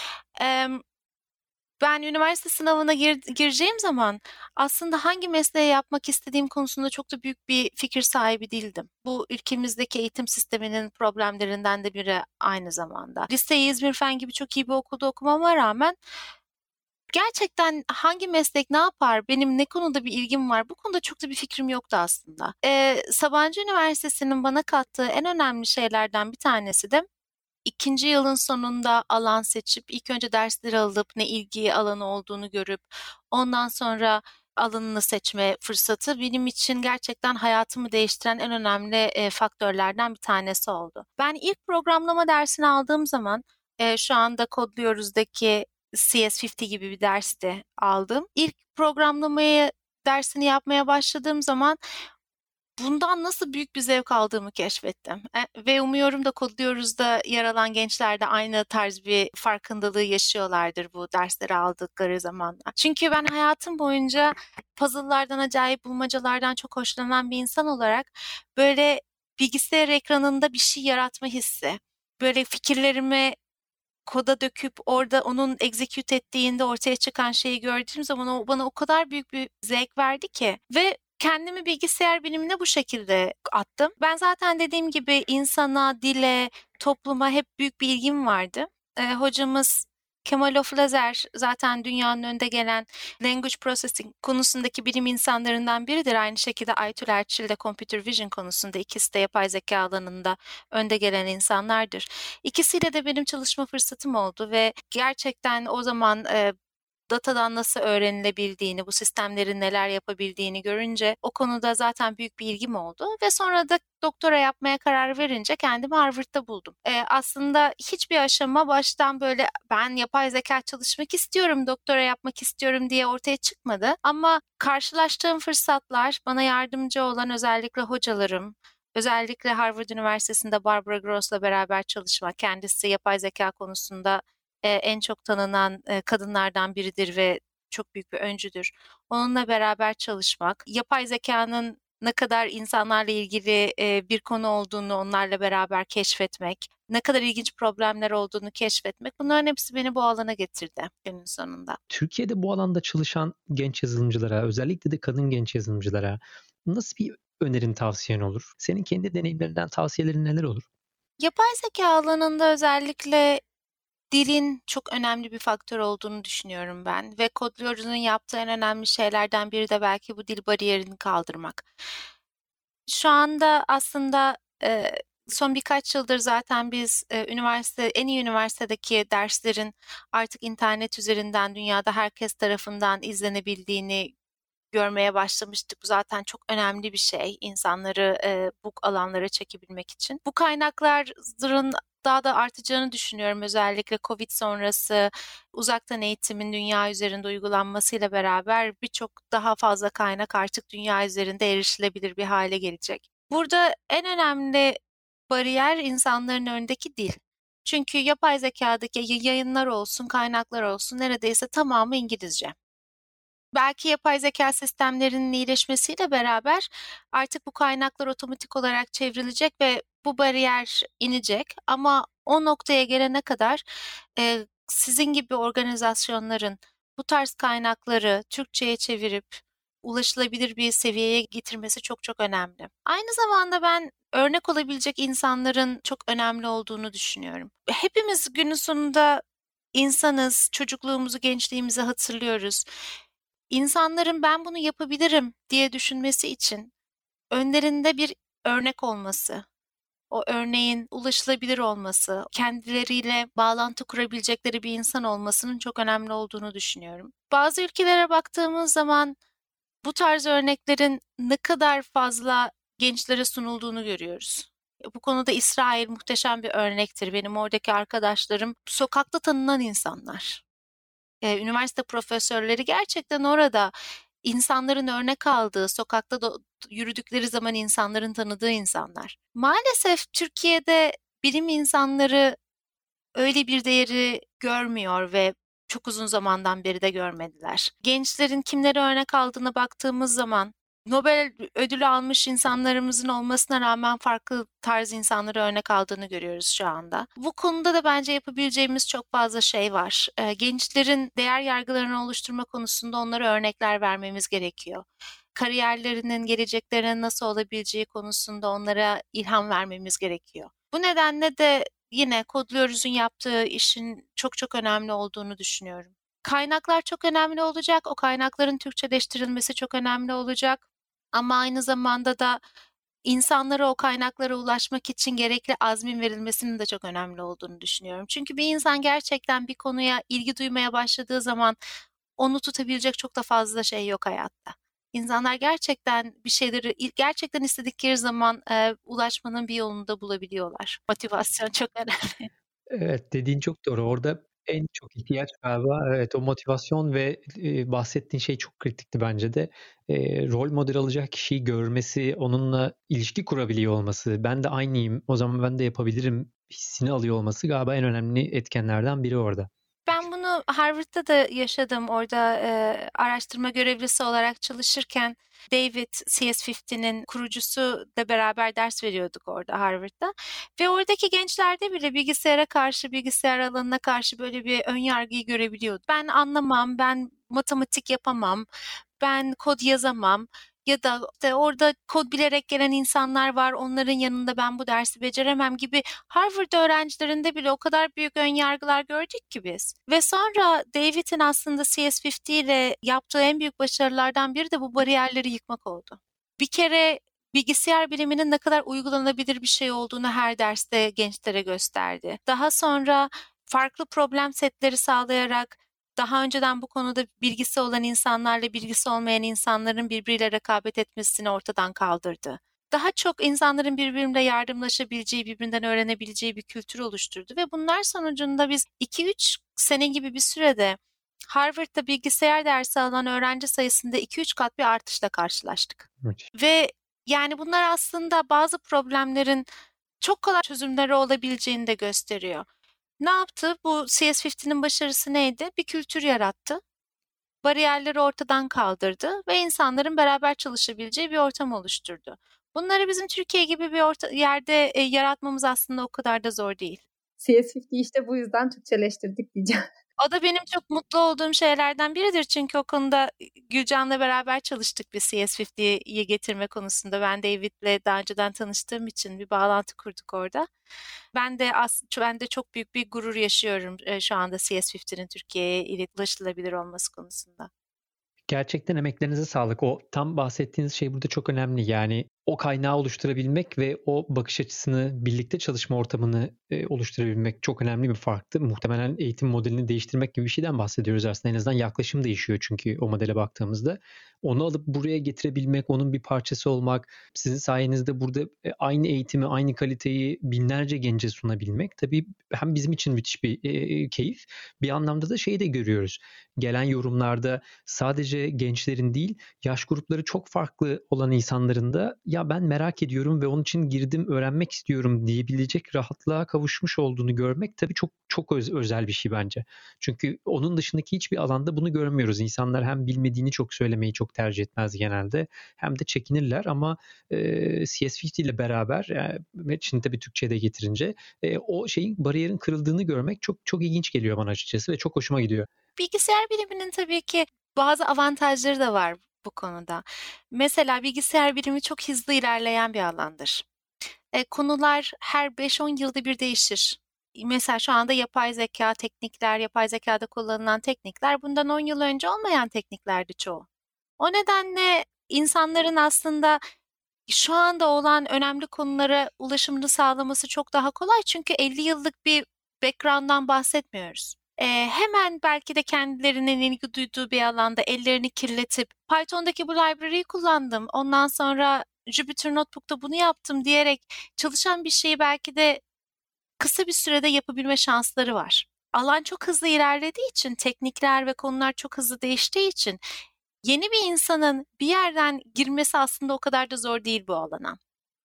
Ben üniversite sınavına gireceğim zaman aslında hangi mesleği yapmak istediğim konusunda çok da büyük bir fikir sahibi değildim. Bu ülkemizdeki eğitim sisteminin problemlerinden de biri aynı zamanda. Liseyi İzmir Fen gibi çok iyi bir okulda okumama rağmen gerçekten hangi meslek ne yapar, benim ne konuda bir ilgim var, bu konuda çok da bir fikrim yoktu aslında. Sabancı Üniversitesi'nin bana kattığı en önemli şeylerden bir tanesi de İkinci yılın sonunda alan seçip ilk önce dersleri alıp ne ilgi alanı olduğunu görüp ondan sonra alanını seçme fırsatı benim için gerçekten hayatımı değiştiren en önemli faktörlerden bir tanesi oldu. Ben ilk programlama dersini aldığım zaman şu anda Kodluyoruz'daki CS50 gibi bir derste aldım. İlk programlamayı dersini yapmaya başladığım zaman bundan nasıl büyük bir zevk aldığımı keşfettim. Ve umuyorum da Kodluyoruz'da yer alan gençler de aynı tarz bir farkındalığı yaşıyorlardır bu dersleri aldıkları zamanlar. Çünkü ben hayatım boyunca puzzle'lardan, acayip bulmacalardan çok hoşlanan bir insan olarak böyle bilgisayar ekranında bir şey yaratma hissi, böyle fikirlerimi koda döküp orada onun execute ettiğinde ortaya çıkan şeyi gördüğüm zaman o bana o kadar büyük bir zevk verdi ki ve kendimi bilgisayar bilimine bu şekilde attım. Ben zaten dediğim gibi insana, dile, topluma hep büyük bir ilgim vardı. Hocamız Kemal Oflazer zaten dünyanın önde gelen language processing konusundaki bilim insanlarından biridir. Aynı şekilde Aytül Erçil de computer vision konusunda, ikisi de yapay zeka alanında önde gelen insanlardır. İkisiyle de benim çalışma fırsatım oldu ve gerçekten o zaman datadan nasıl öğrenilebildiğini, bu sistemlerin neler yapabildiğini görünce o konuda zaten büyük bir ilgim oldu ve sonra da doktora yapmaya karar verince kendimi Harvard'da buldum. Aslında hiçbir aşama baştan böyle ben yapay zeka çalışmak istiyorum, doktora yapmak istiyorum diye ortaya çıkmadı. Ama karşılaştığım fırsatlar, bana yardımcı olan özellikle hocalarım, özellikle Harvard Üniversitesi'nde Barbara Gross'la beraber çalışmak, kendisi yapay zeka konusunda en çok tanınan kadınlardan biridir ve çok büyük bir öncüdür. Onunla beraber çalışmak, yapay zekanın ne kadar insanlarla ilgili bir konu olduğunu onlarla beraber keşfetmek, ne kadar ilginç problemler olduğunu keşfetmek, bunların hepsi beni bu alana getirdi günün sonunda.
Türkiye'de bu alanda çalışan genç yazılımcılara, özellikle de kadın genç yazılımcılara nasıl bir önerin, tavsiyen olur? Senin kendi deneyimlerinden tavsiyelerin neler olur?
Yapay zeka alanında özellikle dilin çok önemli bir faktör olduğunu düşünüyorum ben ve Kodluyoruz'un yaptığı en önemli şeylerden biri de belki bu dil bariyerini kaldırmak. Şu anda aslında son birkaç yıldır zaten biz en iyi üniversitedeki derslerin artık internet üzerinden dünyada herkes tarafından izlenebildiğini görmeye başlamıştık. Bu zaten çok önemli bir şey insanları bu alanlara çekebilmek için. Bu kaynakların daha da artacağını düşünüyorum. Özellikle Covid sonrası uzaktan eğitimin dünya üzerinde uygulanmasıyla beraber birçok daha fazla kaynak artık dünya üzerinde erişilebilir bir hale gelecek. Burada en önemli bariyer insanların önündeki dil. Çünkü yapay zekadaki yayınlar olsun, kaynaklar olsun neredeyse tamamı İngilizce. Belki yapay zeka sistemlerinin iyileşmesiyle beraber artık bu kaynaklar otomatik olarak çevrilecek ve bu bariyer inecek. Ama o noktaya gelene kadar sizin gibi organizasyonların bu tarz kaynakları Türkçe'ye çevirip ulaşılabilir bir seviyeye getirmesi çok çok önemli. Aynı zamanda ben örnek olabilecek insanların çok önemli olduğunu düşünüyorum. Hepimiz günün sonunda insanız, çocukluğumuzu, gençliğimizi hatırlıyoruz. İnsanların ben bunu yapabilirim diye düşünmesi için önlerinde bir örnek olması, o örneğin ulaşılabilir olması, kendileriyle bağlantı kurabilecekleri bir insan olmasının çok önemli olduğunu düşünüyorum. Bazı ülkelere baktığımız zaman bu tarz örneklerin ne kadar fazla gençlere sunulduğunu görüyoruz. Bu konuda İsrail muhteşem bir örnektir. Benim oradaki arkadaşlarım sokakta tanınan insanlar. Üniversite profesörleri gerçekten orada insanların örnek aldığı, sokakta yürüdükleri zaman insanların tanıdığı insanlar. Maalesef Türkiye'de bilim insanları öyle bir değeri görmüyor ve çok uzun zamandan beri de görmediler. Gençlerin kimlere örnek aldığına baktığımız zaman Nobel ödülü almış insanlarımızın olmasına rağmen farklı tarz insanları örnek aldığını görüyoruz şu anda. Bu konuda da bence yapabileceğimiz çok fazla şey var. Gençlerin değer yargılarını oluşturma konusunda onlara örnekler vermemiz gerekiyor. Kariyerlerinin, geleceklerinin nasıl olabileceği konusunda onlara ilham vermemiz gerekiyor. Bu nedenle de yine Kodluyoruz'un yaptığı işin çok çok önemli olduğunu düşünüyorum. Kaynaklar çok önemli olacak. O kaynakların Türkçeleştirilmesi çok önemli olacak. Ama aynı zamanda da insanlara o kaynaklara ulaşmak için gerekli azmin verilmesinin de çok önemli olduğunu düşünüyorum. Çünkü bir insan gerçekten bir konuya ilgi duymaya başladığı zaman onu tutabilecek çok da fazla şey yok hayatta. İnsanlar gerçekten bir şeyleri gerçekten istedikleri zaman ulaşmanın bir yolunu da bulabiliyorlar. Motivasyon çok önemli.
Evet, dediğin çok doğru. Orada en çok ihtiyaç galiba evet o motivasyon ve bahsettiğin şey çok kritikti bence de. Rol model alacak kişiyi görmesi, onunla ilişki kurabiliyor olması, ben de aynıyım, o zaman ben de yapabilirim hissini alıyor olması galiba en önemli etkenlerden biri orada.
Ben bunu Harvard'da da yaşadım. Orada araştırma görevlisi olarak çalışırken David CS50'nin kurucusu da beraber ders veriyorduk orada Harvard'da. Ve oradaki gençlerde bile bilgisayara karşı, bilgisayar alanına karşı böyle bir ön yargıyı görebiliyordum. Ben anlamam, ben matematik yapamam, ben kod yazamam. Ya da işte orada kod bilerek gelen insanlar var, onların yanında ben bu dersi beceremem gibi Harvard öğrencilerinde bile o kadar büyük ön yargılar gördük ki biz. Ve sonra David'in aslında CS50 ile yaptığı en büyük başarılardan biri de bu bariyerleri yıkmak oldu. Bir kere bilgisayar biliminin ne kadar uygulanabilir bir şey olduğunu her derste gençlere gösterdi. Daha sonra farklı problem setleri sağlayarak daha önceden bu konuda bilgisi olan insanlarla bilgisi olmayan insanların birbiriyle rekabet etmesini ortadan kaldırdı. Daha çok insanların birbirine yardımlaşabileceği, birbirinden öğrenebileceği bir kültür oluşturdu ve bunlar sonucunda biz 2-3 sene gibi bir sürede Harvard'da bilgisayar dersi alan öğrenci sayısında 2-3 kat bir artışla karşılaştık.
Evet.
Ve yani bunlar aslında bazı problemlerin çok kolay çözümleri olabileceğini de gösteriyor. Ne yaptı? Bu CS50'nin başarısı neydi? Bir kültür yarattı. Bariyerleri ortadan kaldırdı ve insanların beraber çalışabileceği bir ortam oluşturdu. Bunları bizim Türkiye gibi bir yerde yaratmamız aslında o kadar da zor değil.
CS50'yi işte bu yüzden Türkçeleştirdik diyeceğim.
O da benim çok mutlu olduğum şeylerden biridir. Çünkü o konuda Gülcan'la beraber çalıştık bir CS50'yi getirme konusunda. Ben David'le daha önceden tanıştığım için bir bağlantı kurduk orada. Ben de çok büyük bir gurur yaşıyorum şu anda CS50'nin Türkiye'ye ulaşılabilir olması konusunda.
Gerçekten emeklerinize sağlık. O tam bahsettiğiniz şey burada çok önemli. Yani o kaynağı oluşturabilmek ve o bakış açısını, birlikte çalışma ortamını oluşturabilmek çok önemli bir farktı. Muhtemelen eğitim modelini değiştirmek gibi bir şeyden bahsediyoruz aslında. En azından yaklaşım değişiyor çünkü o modele baktığımızda. Onu alıp buraya getirebilmek, onun bir parçası olmak, sizin sayenizde burada aynı eğitimi, aynı kaliteyi binlerce gence sunabilmek tabii hem bizim için müthiş bir keyif. Bir anlamda da şeyi de görüyoruz. Gelen yorumlarda sadece gençlerin değil, yaş grupları çok farklı olan insanların da ya ben merak ediyorum ve onun için girdim, öğrenmek istiyorum diyebilecek rahatlığa kavuşmuş olduğunu görmek tabii çok çok özel bir şey bence. Çünkü onun dışındaki hiçbir alanda bunu görmüyoruz. İnsanlar hem bilmediğini çok söylemeyi çok tercih etmez genelde, hem de çekinirler ama CS50 ile beraber, şimdi tabii Türkçe'ye de getirince o şeyin, bariyerin kırıldığını görmek çok çok ilginç geliyor bana açıkçası ve çok hoşuma gidiyor.
Bilgisayar biliminin tabii ki bazı avantajları da var bu konuda. Mesela bilgisayar bilimi çok hızlı ilerleyen bir alandır. Konular her 5-10 yılda bir değişir. Mesela şu anda yapay zeka teknikler, yapay zekada kullanılan teknikler bundan 10 yıl önce olmayan tekniklerdi çoğu. O nedenle insanların aslında şu anda olan önemli konulara ulaşımını sağlaması çok daha kolay. Çünkü 50 yıllık bir background'dan bahsetmiyoruz. Hemen belki de kendilerinin ilgi duyduğu bir alanda ellerini kirletip Python'daki bu library'yi kullandım, ondan sonra Jupyter Notebook'ta bunu yaptım diyerek çalışan bir şeyi belki de kısa bir sürede yapabilme şansları var. Alan çok hızlı ilerlediği için, teknikler ve konular çok hızlı değiştiği için yeni bir insanın bir yerden girmesi aslında o kadar da zor değil bu alana.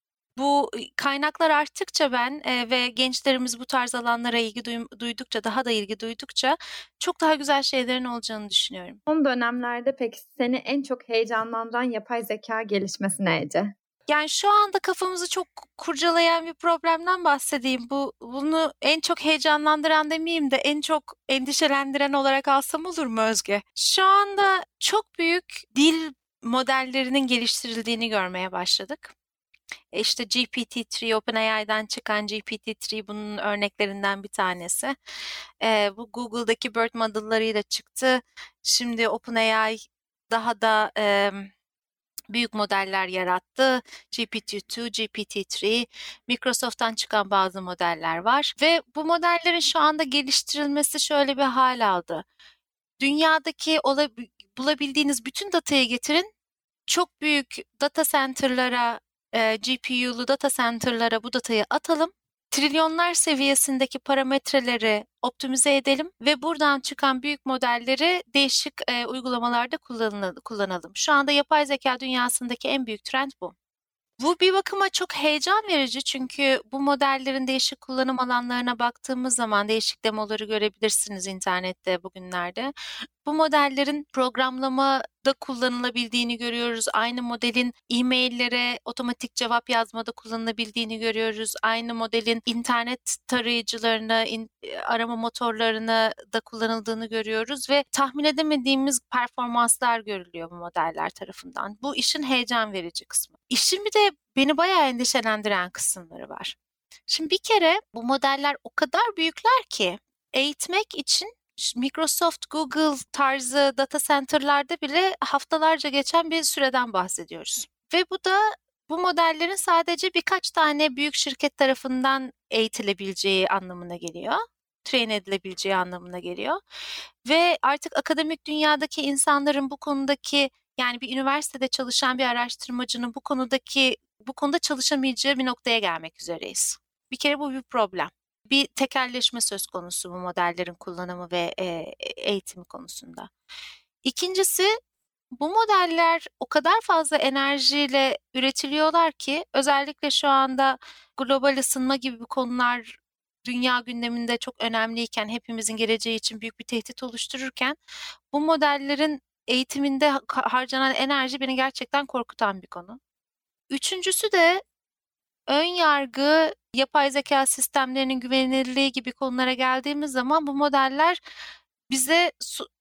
Bu kaynaklar arttıkça ve gençlerimiz bu tarz alanlara ilgi duydukça, daha da ilgi duydukça çok daha güzel şeylerin olacağını düşünüyorum.
Son dönemlerde peki seni en çok heyecanlandıran yapay zeka gelişmesi ne Ece?
Yani şu anda kafamızı çok kurcalayan bir problemden bahsedeyim. Bunu en çok heyecanlandıran demeyeyim de en çok endişelendiren olarak alsam olur mu Özge? Şu anda çok büyük dil modellerinin geliştirildiğini görmeye başladık. İşte GPT-3, OpenAI'den çıkan GPT-3 bunun örneklerinden bir tanesi. Bu Google'daki BERT modellarıyla çıktı. Şimdi OpenAI daha da büyük modeller yarattı. GPT-2, GPT-3, Microsoft'tan çıkan bazı modeller var. Ve bu modellerin şu anda geliştirilmesi şöyle bir hal aldı. Dünyadaki bulabildiğiniz bütün datayı getirin. Çok büyük data center'lara, GPU'lu data center'lara bu datayı atalım. Trilyonlar seviyesindeki parametreleri optimize edelim ve buradan çıkan büyük modelleri değişik uygulamalarda kullanalım. Şu anda yapay zeka dünyasındaki en büyük trend bu. Bu bir bakıma çok heyecan verici çünkü bu modellerin değişik kullanım alanlarına baktığımız zaman değişik demoları görebilirsiniz internette bugünlerde. Bu modellerin programlamada kullanılabildiğini görüyoruz. Aynı modelin e-maillere otomatik cevap yazmada kullanılabildiğini görüyoruz. Aynı modelin internet tarayıcılarına, arama motorlarına da kullanıldığını görüyoruz ve tahmin edemediğimiz performanslar görülüyor bu modeller tarafından. Bu işin heyecan verici kısmı. İşin bir de beni bayağı endişelendiren kısımları var. Şimdi bir kere bu modeller o kadar büyükler ki eğitmek için Microsoft, Google tarzı data center'larda bile haftalarca geçen bir süreden bahsediyoruz. Ve bu da bu modellerin sadece birkaç tane büyük şirket tarafından eğitilebileceği anlamına geliyor. Train edilebileceği anlamına geliyor. Ve artık akademik dünyadaki insanların bu konudaki, yani bir üniversitede çalışan bir araştırmacının bu konuda çalışamayacağı bir noktaya gelmek üzereyiz. Bir kere bu bir problem. Bir tekelleşme söz konusu bu modellerin kullanımı ve eğitimi konusunda. İkincisi, bu modeller o kadar fazla enerjiyle üretiliyorlar ki özellikle şu anda global ısınma gibi konular dünya gündeminde çok önemliyken, hepimizin geleceği için büyük bir tehdit oluştururken bu modellerin eğitiminde harcanan enerji beni gerçekten korkutan bir konu. Üçüncüsü de ön yargı, yapay zeka sistemlerinin güvenilirliği gibi konulara geldiğimiz zaman bu modeller bize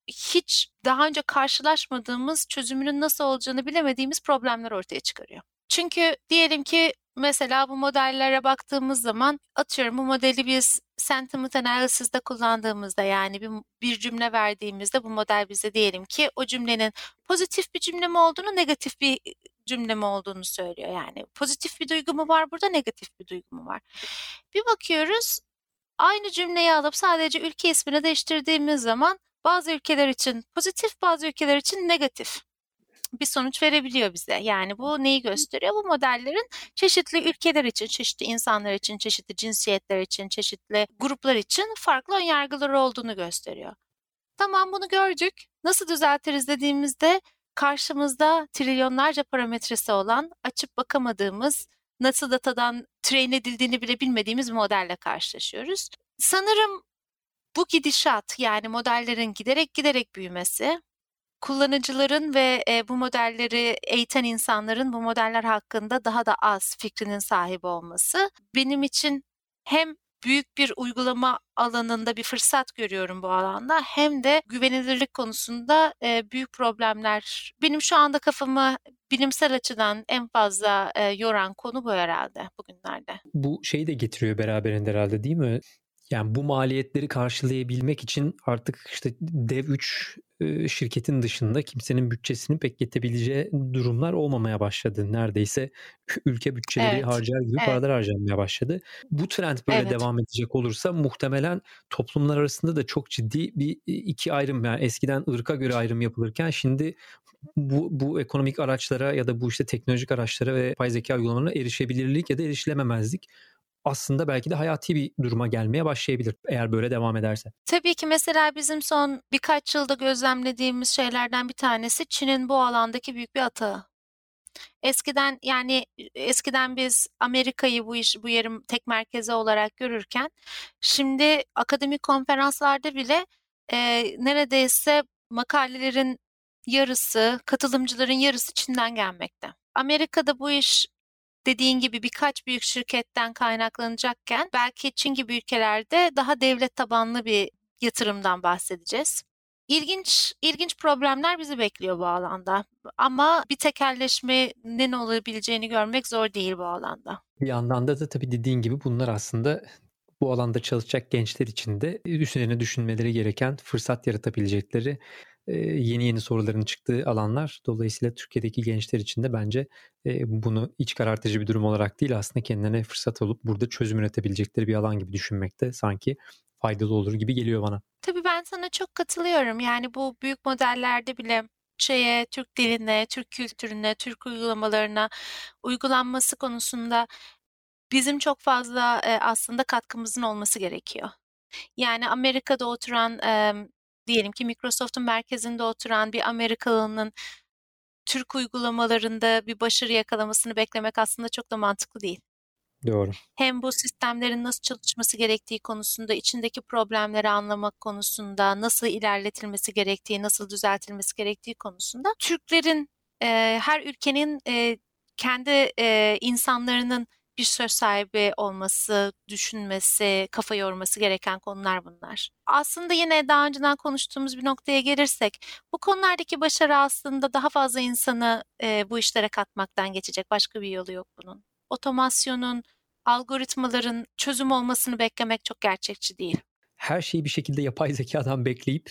hiç daha önce karşılaşmadığımız, çözümünün nasıl olacağını bilemediğimiz problemler ortaya çıkarıyor. Çünkü diyelim ki mesela bu modellere baktığımız zaman, atıyorum bu modeli biz sentiment analysis'de kullandığımızda, yani bir cümle verdiğimizde bu model bize diyelim ki o cümlenin pozitif bir cümle mi olduğunu, negatif bir cümle mi olduğunu söylüyor. Yani pozitif bir duygu mu var burada, negatif bir duygu mu var? Bir bakıyoruz, aynı cümleyi alıp sadece ülke ismini değiştirdiğimiz zaman bazı ülkeler için pozitif, bazı ülkeler için negatif bir sonuç verebiliyor bize. Yani bu neyi gösteriyor? Bu modellerin çeşitli ülkeler için, çeşitli insanlar için, çeşitli cinsiyetler için, çeşitli gruplar için farklı önyargıları olduğunu gösteriyor. Tamam, bunu gördük. Nasıl düzeltiriz dediğimizde karşımızda trilyonlarca parametresi olan, açıp bakamadığımız, nasıl datadan train edildiğini bile bilmediğimiz bir modelle karşılaşıyoruz. Sanırım bu gidişat, yani modellerin giderek büyümesi, kullanıcıların ve bu modelleri eğiten insanların bu modeller hakkında daha da az fikrinin sahibi olması benim için hem büyük bir uygulama alanında bir fırsat görüyorum bu alanda, hem de güvenilirlik konusunda büyük problemler. Benim şu anda kafamı bilimsel açıdan en fazla yoran konu bu herhalde bugünlerde.
Bu şeyi de getiriyor beraberinde herhalde, değil mi? Yani bu maliyetleri karşılayabilmek için artık işte dev 3 şirketin dışında kimsenin bütçesini pek yetebileceği durumlar olmamaya başladı. Neredeyse ülke bütçeleri harcar gibi paralar harcanmaya başladı. Bu trend böyle devam edecek olursa muhtemelen toplumlar arasında da çok ciddi bir iki ayrım, yani eskiden ırka göre ayrım yapılırken şimdi bu ekonomik araçlara ya da bu işte teknolojik araçlara ve yapay zeka uygulamalarına erişebilirlik ya da erişilememezlik aslında belki de hayati bir duruma gelmeye başlayabilir eğer böyle devam ederse.
Tabii ki mesela bizim son birkaç yılda gözlemlediğimiz şeylerden bir tanesi Çin'in bu alandaki büyük bir atağı. Eskiden biz Amerika'yı bu yerin tek merkezi olarak görürken şimdi akademik konferanslarda bile neredeyse makalelerin yarısı, katılımcıların yarısı Çin'den gelmekte. Amerika'da bu iş dediğin gibi birkaç büyük şirketten kaynaklanacakken belki Çin gibi ülkelerde daha devlet tabanlı bir yatırımdan bahsedeceğiz. İlginç problemler bizi bekliyor bu alanda. Ama bir tekelleşmenin olabileceğini görmek zor değil bu alanda.
Bir yandan da tabii dediğin gibi bunlar aslında bu alanda çalışacak gençler için de üzerine düşünmeleri gereken, fırsat yaratabilecekleri yeni soruların çıktığı alanlar. Dolayısıyla Türkiye'deki gençler için de bence bunu iç karartıcı bir durum olarak değil, aslında kendilerine fırsat olup burada çözüm üretebilecekleri bir alan gibi düşünmekte sanki faydalı olur gibi geliyor bana.
Tabii ben sana çok katılıyorum. Yani bu büyük modellerde bile Türk diline, Türk kültürüne, Türk uygulamalarına uygulanması konusunda bizim çok fazla aslında katkımızın olması gerekiyor. Yani Amerika'da oturan, diyelim ki Microsoft'un merkezinde oturan bir Amerikalının Türk uygulamalarında bir başarı yakalamasını beklemek aslında çok da mantıklı değil.
Doğru.
Hem bu sistemlerin nasıl çalışması gerektiği konusunda, içindeki problemleri anlamak konusunda, nasıl ilerletilmesi gerektiği, nasıl düzeltilmesi gerektiği konusunda Türklerin, her ülkenin kendi insanlarının bir söz sahibi olması, düşünmesi, kafa yorması gereken konular bunlar. Aslında yine daha önceden konuştuğumuz bir noktaya gelirsek, bu konulardaki başarı aslında daha fazla insanı bu işlere katmaktan geçecek. Başka bir yolu yok bunun. Otomasyonun, algoritmaların çözüm olmasını beklemek çok gerçekçi değil.
Her şeyi bir şekilde yapay zekadan bekleyip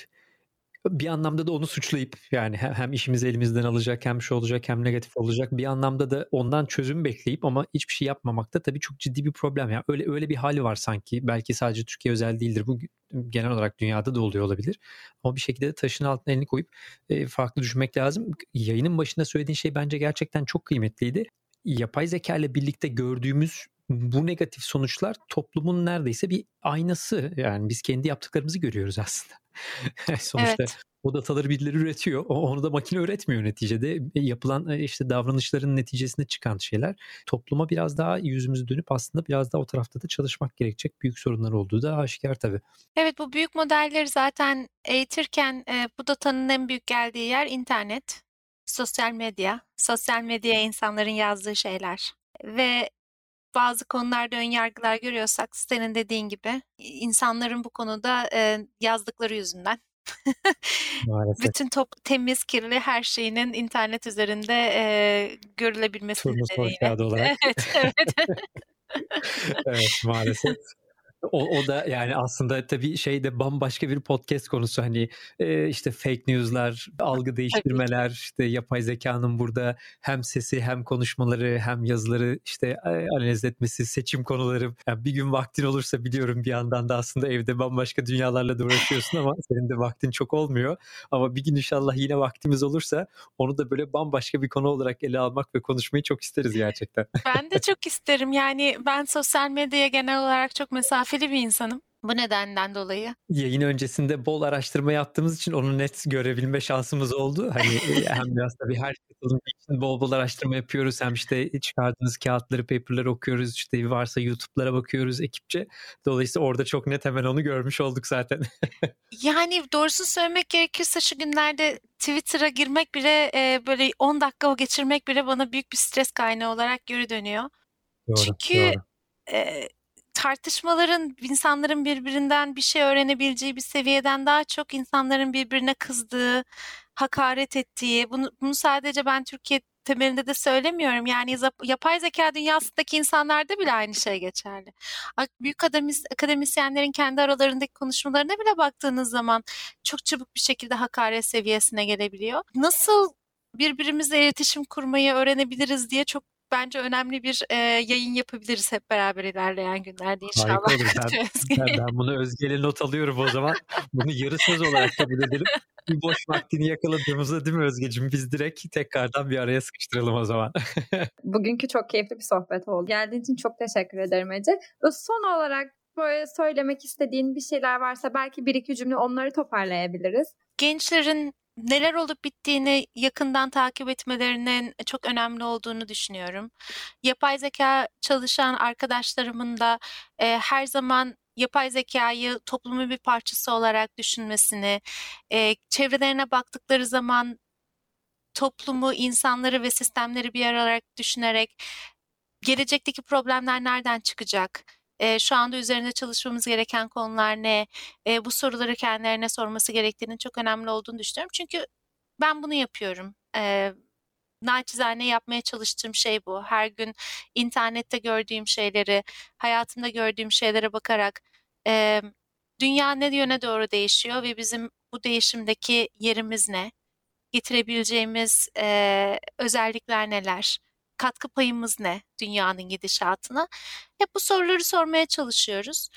bir anlamda da onu suçlayıp, yani hem işimizi elimizden alacak, hem şu olacak, hem negatif olacak, bir anlamda da ondan çözüm bekleyip ama hiçbir şey yapmamak da tabii çok ciddi bir problem. Yani öyle bir hali var sanki. Belki sadece Türkiye özel değildir. Bu genel olarak dünyada da oluyor olabilir. Ama bir şekilde de taşın altına elini koyup farklı düşünmek lazım. Yayının başında söylediğin şey bence gerçekten çok kıymetliydi. Yapay zeka ile birlikte gördüğümüz bu negatif sonuçlar toplumun neredeyse bir aynası. Yani biz kendi yaptıklarımızı görüyoruz aslında. Sonuçta o dataları birileri üretiyor. Onu da makine üretmiyor neticede. Yapılan işte davranışların neticesinde çıkan şeyler. Topluma biraz daha yüzümüzü dönüp aslında biraz daha o tarafta da çalışmak gerekecek büyük sorunlar olduğu da aşikar tabii.
Evet, bu büyük modelleri zaten eğitirken bu datanın en büyük geldiği yer internet, sosyal medya. Sosyal medyaya insanların yazdığı şeyler ve bazı konularda önyargılar görüyorsak senin dediğin gibi insanların bu konuda yazdıkları yüzünden bütün temiz, kirli her şeyinin internet üzerinde görülebilmesi
turnusol
nedeniyle.
kağıdı olarak.
Evet.
Evet, maalesef. O da yani aslında tabii de bambaşka bir podcast konusu, hani işte fake news'lar, algı değiştirmeler, işte yapay zekanın burada hem sesi hem konuşmaları hem yazıları işte analiz etmesi, seçim konuları. Yani bir gün vaktin olursa, biliyorum bir yandan da aslında evde bambaşka dünyalarla da uğraşıyorsun ama senin de vaktin çok olmuyor. Ama bir gün inşallah yine vaktimiz olursa onu da böyle bambaşka bir konu olarak ele almak ve konuşmayı çok isteriz gerçekten.
Ben de çok isterim. Yani ben sosyal medyaya genel olarak çok mesafeli bir insanım. Bu nedenden dolayı.
Yayın öncesinde bol araştırma yaptığımız için onu net görebilme şansımız oldu. Hani hem biraz tabii her katılım için bol bol araştırma yapıyoruz. Hem işte çıkardığınız kağıtları, paper'ları okuyoruz. İşte varsa YouTube'lara bakıyoruz ekipçe. Dolayısıyla orada çok net hemen onu görmüş olduk zaten.
Yani doğrusunu söylemek gerekirse şu günlerde Twitter'a girmek bile böyle 10 dakika geçirmek bile bana büyük bir stres kaynağı olarak geri dönüyor.
Doğru,
Çünkü
doğru.
Tartışmaların insanların birbirinden bir şey öğrenebileceği bir seviyeden daha çok insanların birbirine kızdığı, hakaret ettiği, bunu sadece ben Türkiye temelinde de söylemiyorum. Yani yapay zeka dünyasındaki insanlarda bile aynı şey geçerli. Büyük akademisyenlerin kendi aralarındaki konuşmalarına bile baktığınız zaman çok çabuk bir şekilde hakaret seviyesine gelebiliyor. Nasıl birbirimizle iletişim kurmayı öğrenebiliriz diye çok bence önemli bir yayın yapabiliriz hep beraber ilerleyen günlerde inşallah.
Harika olur. Ben bunu Özge'yle not alıyorum o zaman. Bunu yarı söz olarak kabul edelim. Bir boş vaktini yakaladığımızda değil mi Özgeciğim? Biz direkt tekrardan bir araya sıkıştıralım o zaman.
Bugünkü çok keyifli bir sohbet oldu. Geldiğin için çok teşekkür ederim Ece. Son olarak böyle söylemek istediğin bir şeyler varsa belki bir iki cümle onları toparlayabiliriz.
Gençlerin neler olup bittiğini yakından takip etmelerinin çok önemli olduğunu düşünüyorum. Yapay zeka çalışan arkadaşlarımın da her zaman yapay zekayı toplumun bir parçası olarak düşünmesini, çevrelerine baktıkları zaman toplumu, insanları ve sistemleri bir araya alarak düşünerek gelecekteki problemler nereden çıkacak? Şu anda üzerinde çalışmamız gereken konular ne? Bu soruları kendilerine sorması gerektiğinin çok önemli olduğunu düşünüyorum. Çünkü ben bunu yapıyorum. Naçizane yapmaya çalıştığım şey bu. Her gün internette gördüğüm şeyleri, hayatımda gördüğüm şeylere bakarak dünya ne yöne doğru değişiyor ve bizim bu değişimdeki yerimiz ne? Getirebileceğimiz özellikler neler? Katkı payımız ne dünyanın gidişatına? Hep bu soruları sormaya çalışıyoruz.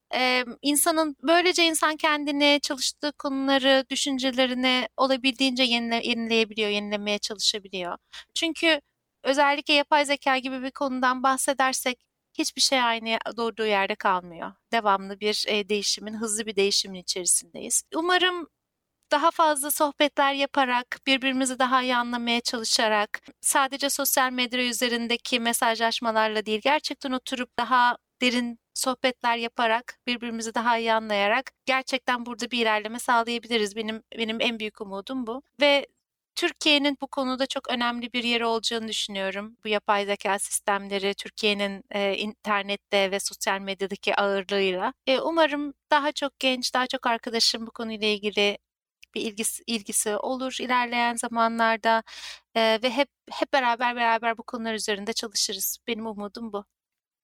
Böylece insan kendini, çalıştığı konuları, düşüncelerini olabildiğince yenileyebiliyor, yenilemeye çalışabiliyor. Çünkü özellikle yapay zeka gibi bir konudan bahsedersek hiçbir şey aynı doğduğu yerde kalmıyor. Devamlı bir değişimin, hızlı bir değişimin içerisindeyiz. Umarım daha fazla sohbetler yaparak, birbirimizi daha iyi anlamaya çalışarak, sadece sosyal medya üzerindeki mesajlaşmalarla değil, gerçekten oturup daha derin sohbetler yaparak, birbirimizi daha iyi anlayarak gerçekten burada bir ilerleme sağlayabiliriz. Benim en büyük umudum bu. Ve Türkiye'nin bu konuda çok önemli bir yeri olacağını düşünüyorum. Bu yapay zeka sistemleri, Türkiye'nin internette ve sosyal medyadaki ağırlığıyla. Umarım daha çok genç, daha çok arkadaşım bu konuyla ilgili bir ilgisi olur ilerleyen zamanlarda ve hep beraber bu konular üzerinde çalışırız. Benim umudum bu.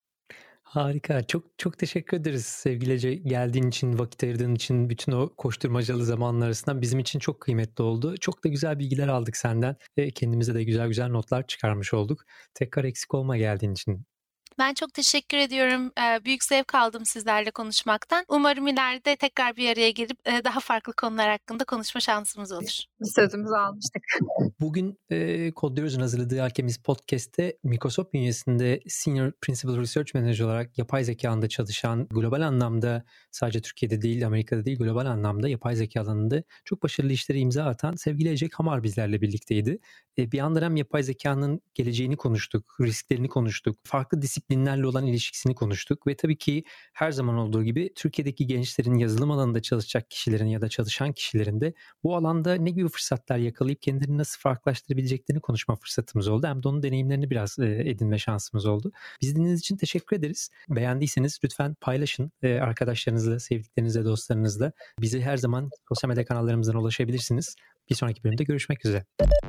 Harika. Çok teşekkür ederiz sevgili Ece. Geldiğin için, vakit ayırdığın için, bütün o koşturmacalı zamanlar arasından bizim için çok kıymetli oldu. Çok da güzel bilgiler aldık senden. Kendimize de güzel notlar çıkarmış olduk. Tekrar eksik olma geldiğin için.
Ben çok teşekkür ediyorum. Büyük zevk aldım sizlerle konuşmaktan. Umarım ileride tekrar bir araya gelip daha farklı konular hakkında konuşma şansımız olur.
Sözümüzü almıştık.
Bugün Kodluyoruz'un hazırladığı Alchemist Podcast'te Microsoft bünyesinde Senior Principal Research Manager olarak yapay zeka alanında çalışan, global anlamda sadece Türkiye'de değil, Amerika'da değil, global anlamda yapay zeka alanında çok başarılı işlere imza atan sevgili Ece Kamar bizlerle birlikteydi. Bir yandan hem yapay zekanın geleceğini konuştuk, risklerini konuştuk, farklı disiplinlerle olan ilişkisini konuştuk ve tabii ki her zaman olduğu gibi Türkiye'deki gençlerin yazılım alanında çalışacak kişilerin ya da çalışan kişilerin de bu alanda ne gibi fırsatlar yakalayıp kendilerini nasıl farklılaştırabileceklerini konuşma fırsatımız oldu. Hem de onun deneyimlerini biraz edinme şansımız oldu. Bizi dinlediğiniz için teşekkür ederiz. Beğendiyseniz lütfen paylaşın arkadaşlarınızla, sevdiklerinizle, dostlarınızla. Bizi her zaman sosyal medya kanallarımızdan ulaşabilirsiniz. Bir sonraki bölümde görüşmek üzere.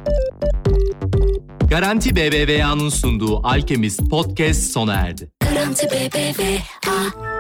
Garanti BBVA'nın sunduğu Alchemist Podcast sona erdi.
Garanti BBVA.